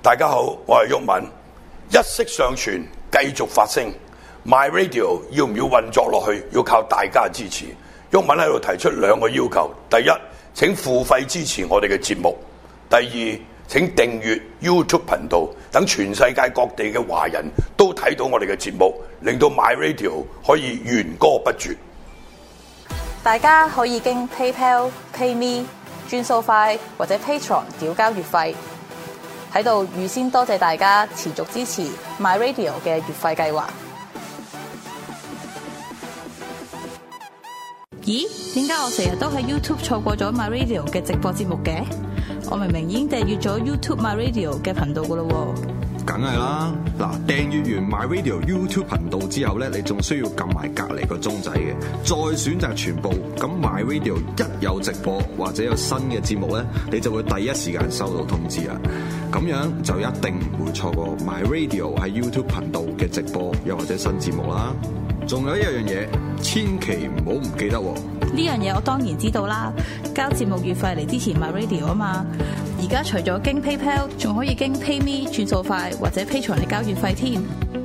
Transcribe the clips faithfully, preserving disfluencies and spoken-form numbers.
大家好，我係毓民，一息尚存，繼續發聲。My Radio 要唔要運作落去？要靠大家支持。毓民喺度提出兩個要求：第一，請付費支持我哋嘅節目；第二，請訂閱 YouTube 頻道，等全世界各地嘅華人都睇到我哋嘅節目，令到 My Radio 可以源歌不絕。 大家可以經 PayPal、PayMe、轉數快或者 Patreon 繳交月費。喺度預先多謝大家持續支持 My Radio 嘅月費計劃。咦？點解我成日都喺 YouTube 錯過咗 My Radio 嘅直播節目嘅？我明明已經訂閱咗 YouTube My Radio 嘅頻道㗎喇喎。 梗係啦，嗱，訂閱完 My Radio YouTube 頻道之後咧，你仲需要撳埋隔離個鐘仔嘅，再選擇全部。咁 My Radio 一有直播或者有新嘅節目咧，你就會第一時間收到通知啊！咁樣就一定唔會錯過 My Radio 喺 YouTube 頻道嘅直播又或者新節目啦。仲有一樣嘢，千祈唔好唔記得喎！ 呢樣嘢我當然知道啦，交節目月費嚟支持 My Radio 啊嘛。而家除咗經 PayPal， 仲可以經 PayMe 轉數快或者 Patreon 嚟交月費添。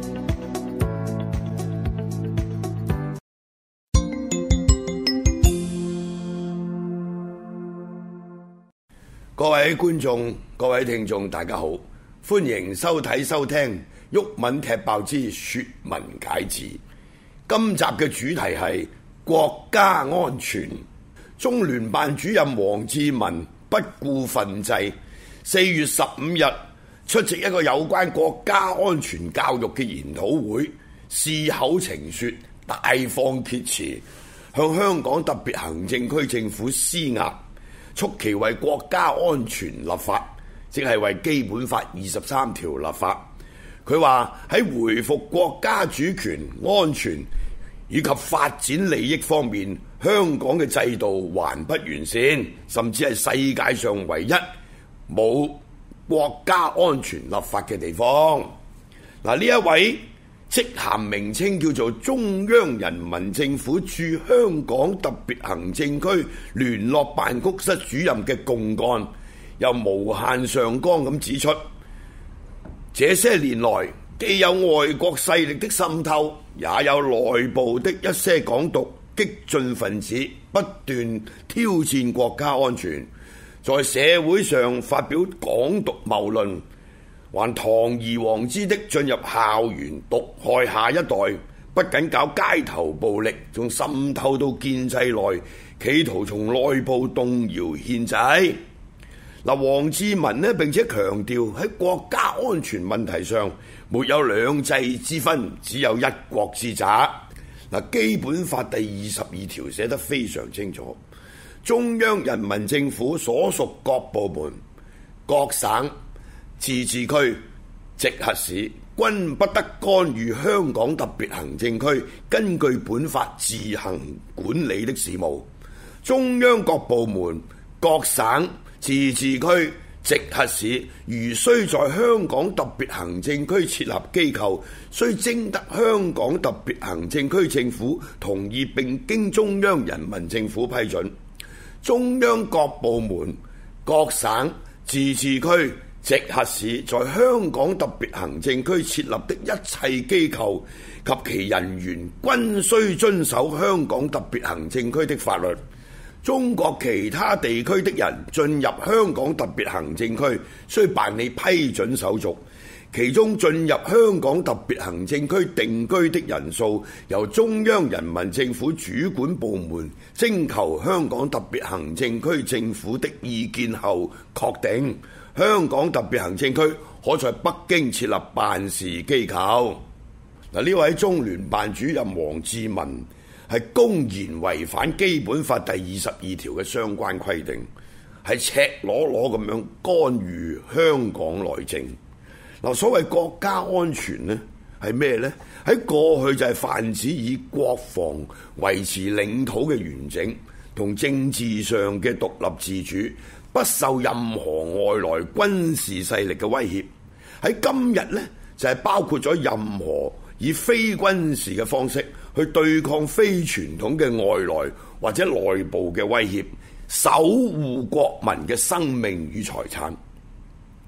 各位觀眾、各位聽眾，大家好，歡迎收睇收聽毓民踢爆之說文解字。今集嘅主題係國家安全。中聯辦主任王志民不顧憲制，四月十五日出席一個有關國家安全教育嘅研討會，事口情說，大放厥詞，向香港特別行政區政府施壓，促其為國家安全立法，即係為基本法二十三條立法。佢話喺回復國家主權、安全以及發展利益方面，香港嘅制度還不完善，甚至係世界上唯一冇國家安全立法嘅地方。嗱，呢一位職銜名稱叫做中央人民政府駐香港特別行政區聯絡辦公室主任嘅共幹，又無限上綱咁指出，這些年來既有外國勢力的滲透，也有內部的一些港獨激進分子不斷挑戰國家安全，在社會上發表港獨謬論，還堂而皇之的進入校園毒害下一代，不僅搞街頭暴力，仲滲透到建制內，企圖從內部動搖憲制。嗱，王志民呢並且強調喺國家安全問題上沒有兩制之分，只有一國之責。嗱，基本法第二十二條寫得非常清楚，中央人民政府所屬各部門、各省、自治區、直轄市均不得干預香港特別行政區根據本法自行管理的事務。中央各部門、各省、自治區、直轄市如需在香港特別行政區設立機構，須徵得香港特別行政區政府同意並經中央人民政府批准。中央各部門、各省、自治區、直轄市在香港特別行政區設立的一切機構及其人員均須遵守香港特別行政區的法律。中國其他地區的人進入香港特別行政區需辦理批准手續，其中進入香港特別行政區定居的人數由中央人民政府主管部門徵求香港特別行政區政府的意見後確定。香港特別行政區可在北京設立辦事機構。嗱，呢位中聯辦主任王志民係公然違反基本法第二十二條嘅相關規定，係赤裸裸咁樣干預香港內政。嗱，所謂國家安全呢係咩呢？喺過去就係泛指以國防維持領土嘅完整同政治上嘅獨立自主，不受任何外來軍事勢力嘅威脅。喺今日呢，就係包括咗任何以非軍事嘅方式去對抗非傳統嘅外來或者內部嘅威脅，守護國民嘅生命與財產。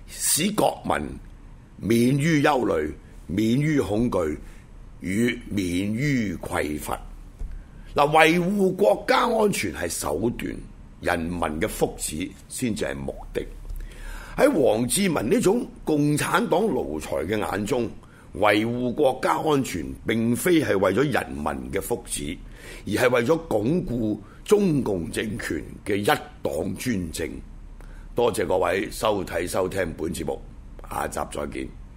使國民免於憂慮、免於恐懼與免於匱乏。嗱，維護國家安全係手段，人民嘅福祉先至係目的。喺王志民呢種共產黨奴才嘅眼中，維護國家安全並非係為咗人民嘅福祉，而係為咗鞏固中共政權嘅一黨專政。多謝各位收睇收聽本節目，下集再見。